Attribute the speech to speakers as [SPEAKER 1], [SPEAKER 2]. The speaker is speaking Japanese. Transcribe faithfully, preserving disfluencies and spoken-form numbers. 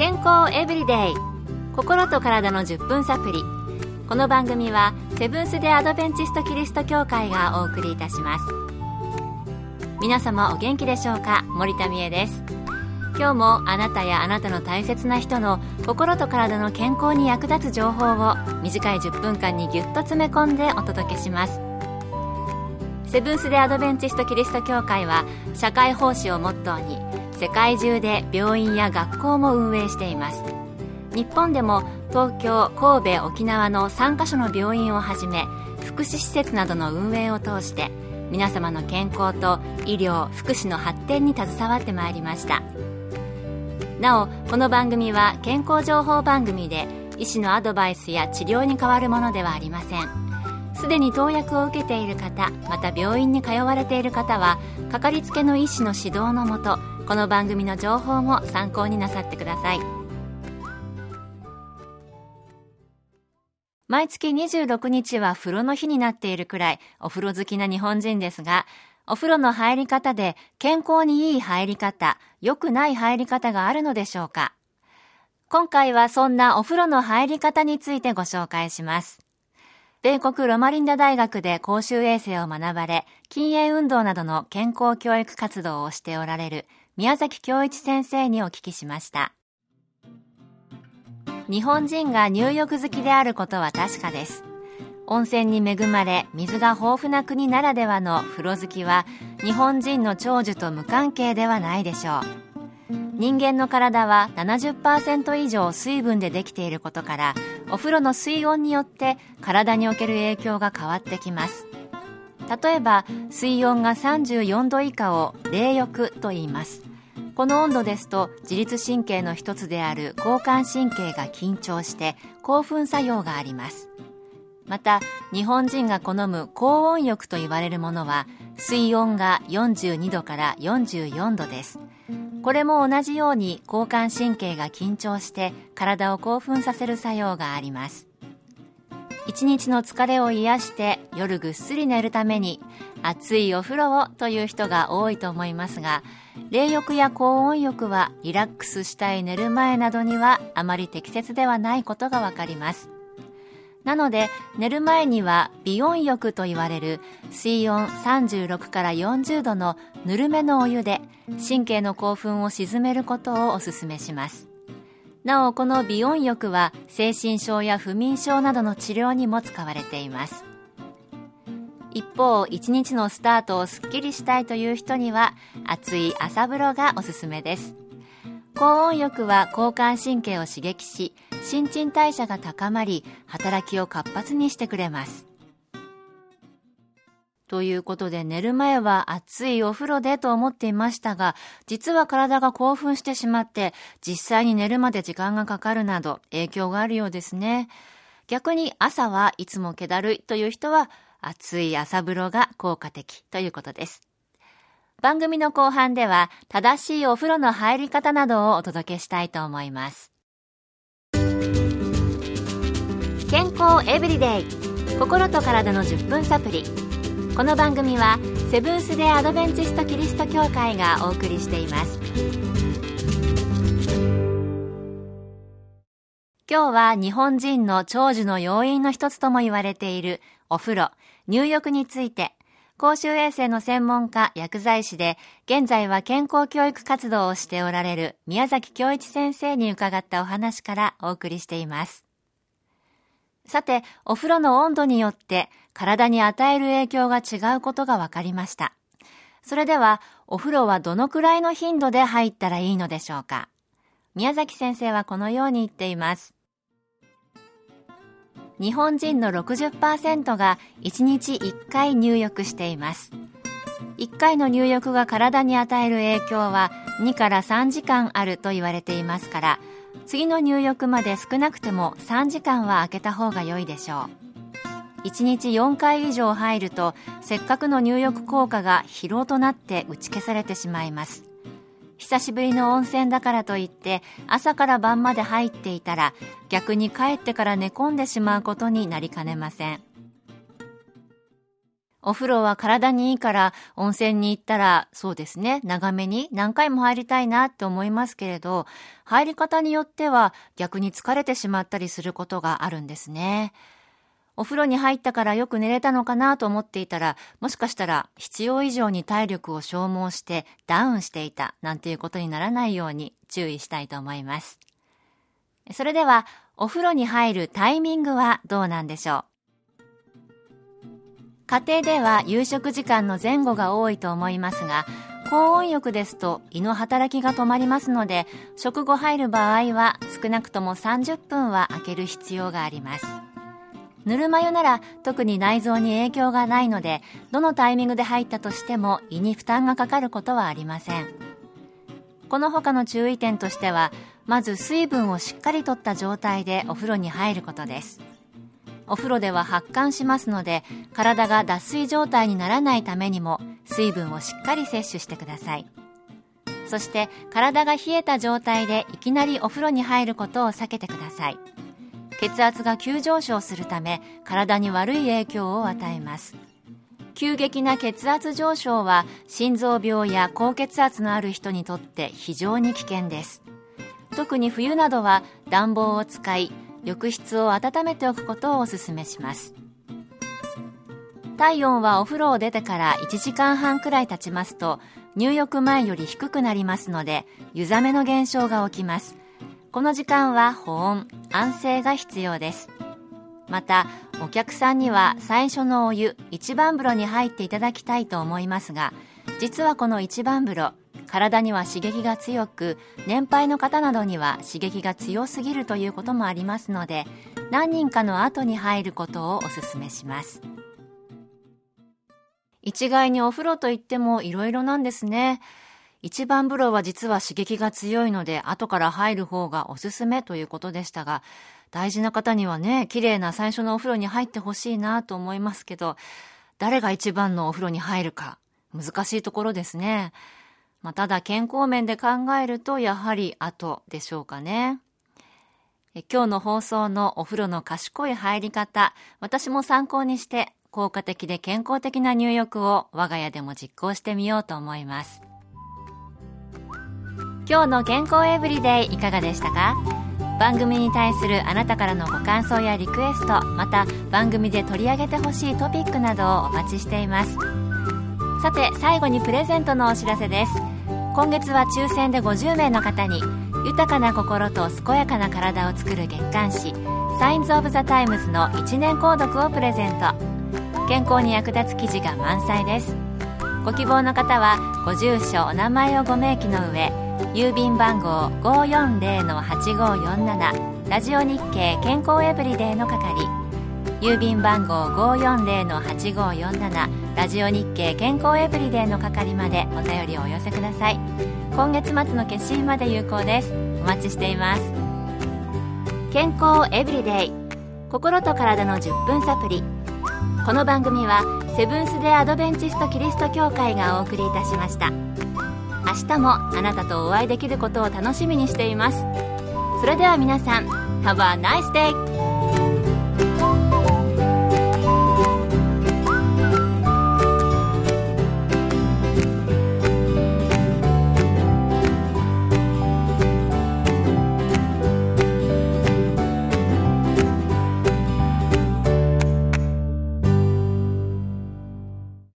[SPEAKER 1] 健康エブリデイ、心と体のじゅっぷんサプリ。この番組はセブンス・デ・アドベンチスト・キリスト教会がお送りいたします。皆様お元気でしょうか。森田美恵です。今日もあなたやあなたの大切な人の心と体の健康に役立つ情報を短いじゅっぷんかんにぎゅっと詰め込んでお届けします。セブンス・デ・アドベンチスト・キリスト教会は社会奉仕をモットーに世界中で病院や学校も運営しています。日本でも東京、神戸、沖縄のさんカ所の病院をはじめ福祉施設などの運営を通して皆様の健康と医療・福祉の発展に携わってまいりました。なお、この番組は健康情報番組で医師のアドバイスや治療に代わるものではありません。すでに投薬を受けている方、また病院に通われている方はかかりつけの医師の指導のもと、この番組の情報も参考になさってください。毎月にじゅうろくにちは風呂の日になっているくらいお風呂好きな日本人ですが、お風呂の入り方で健康にいい入り方、良くない入り方があるのでしょうか。今回はそんなお風呂の入り方についてご紹介します。米国ロマリンダ大学で公衆衛生を学ばれ、禁煙運動などの健康教育活動をしておられる宮崎恭一先生にお聞きしました。日本人が入浴好きであることは確かです。温泉に恵まれ水が豊富な国ならではの風呂好きは日本人の長寿と無関係ではないでしょう。人間の体は ななじゅっパーセント 以上水分でできていることから、お風呂の水温によって体における影響が変わってきます。例えば水温がさんじゅうよんど以下を冷浴と言います。この温度ですと自律神経の一つである交感神経が緊張して興奮作用があります。また日本人が好む高温浴と言われるものは水温がよんじゅうにどからよんじゅうよんどです。これも同じように交感神経が緊張して体を興奮させる作用があります。一日の疲れを癒して夜ぐっすり寝るために熱いお風呂をという人が多いと思いますが、冷浴や高温浴はリラックスしたい寝る前などにはあまり適切ではないことがわかります。なので寝る前には微温浴と言われる水温さんじゅうろくからよんじゅうどのぬるめのお湯で神経の興奮を鎮めることをお勧めします。なおこの微温浴は精神症や不眠症などの治療にも使われています。一方、一日のスタートをすっきりしたいという人には熱い朝風呂がおすすめです。高温浴は交感神経を刺激し新陳代謝が高まり働きを活発にしてくれます。ということで寝る前は熱いお風呂でと思っていましたが、実は体が興奮してしまって実際に寝るまで時間がかかるなど影響があるようですね。逆に朝はいつも気だるいという人は熱い朝風呂が効果的ということです。番組の後半では正しいお風呂の入り方などをお届けしたいと思います。健康エブリデイ、心と体のじゅっぷんサプリ。この番組はセブンス・デ・アドベンチスト・キリスト教会がお送りしています。今日は日本人の長寿の要因の一つとも言われているお風呂、入浴について、公衆衛生の専門家、薬剤師で現在は健康教育活動をしておられる宮崎恭一先生に伺ったお話からお送りしています。さて、お風呂の温度によって体に与える影響が違うことが分かりました。それではお風呂はどのくらいの頻度で入ったらいいのでしょうか。宮崎先生はこのように言っています。日本人の ろくじゅっパーセント がいちにちいっかい入浴しています。いっかいの入浴が体に与える影響はにからさんじかんあると言われていますから、次の入浴まで少なくてもさんじかんは空けた方が良いでしょう。いちにちよんかい以上入るとせっかくの入浴効果が疲労となって打ち消されてしまいます。久しぶりの温泉だからといって朝から晩まで入っていたら逆に帰ってから寝込んでしまうことになりかねません。 お風呂は体にいいから温泉に行ったらそうですね、長めに何回も入りたいなって思いますけれど、入り方によっては逆に疲れてしまったりすることがあるんですね。お風呂に入ったからよく寝れたのかなと思っていたら、もしかしたら必要以上に体力を消耗してダウンしていたなんていうことにならないように注意したいと思います。それではお風呂に入るタイミングはどうなんでしょう。家庭では夕食時間の前後が多いと思いますが、高温浴ですと胃の働きが止まりますので、食後入る場合は少なくともさんじゅっぷんは空ける必要があります。ぬるま湯なら特に内臓に影響がないので、どのタイミングで入ったとしても胃に負担がかかることはありません。この他の注意点としては、まず水分をしっかりとった状態でお風呂に入ることです。お風呂では発汗しますので、体が脱水状態にならないためにも水分をしっかり摂取してください。そして体が冷えた状態でいきなりお風呂に入ることを避けてください。血圧が急上昇するため体に悪い影響を与えます。急激な血圧上昇は心臓病や高血圧のある人にとって非常に危険です。特に冬などは暖房を使い、浴室を温めておくことをお勧めします。体温はお風呂を出てからいちじかんはんくらい経ちますと、入浴前より低くなりますので、湯冷めの現象が起きます。この時間は保温・安静が必要です。また、お客さんには最初のお湯、一番風呂に入っていただきたいと思いますが、実はこの一番風呂、体には刺激が強く、年配の方などには刺激が強すぎるということもありますので、何人かの後に入ることをお勧めします。一概にお風呂といってもいろいろなんですね。一番風呂は実は刺激が強いので、後から入る方がおすすめということでしたが、大事な方にはね、綺麗な最初のお風呂に入ってほしいなと思いますけど、誰が一番のお風呂に入るか難しいところですね。まあ、ただ健康面で考えるとやはり後でしょうかね。え今日の放送のお風呂の賢い入り方、私も参考にして効果的で健康的な入浴を我が家でも実行してみようと思います。今日の健康エブリデイいかがでしたか？番組に対するあなたからのご感想やリクエスト、また番組で取り上げてほしいトピックなどをお待ちしています。さて最後にプレゼントのお知らせです。今月は抽選でごじゅうめいの方に豊かな心と健やかな体を作る月刊誌サインズ・オブ・ザ・タイムズのいちねん購読をプレゼント。健康に役立つ記事が満載です。ご希望の方はご住所お名前をご明記の上、郵便番号 ごーよんぜろのはちごーよんなな ラジオ日経健康エブリデイの係、郵便番号 ごーよんぜろのはちごーよんなな ラジオ日経健康エブリデイの係までお便りをお寄せください。今月末の決心まで有効です。お待ちしています。健康エブリデイ、心と体のじゅっぷんサプリ。この番組はセブンス・デ・アドベンチスト・キリスト教会がお送りいたしました。明日もあなたとお会いできることを楽しみにしています。それでは皆さん、Have a nice day!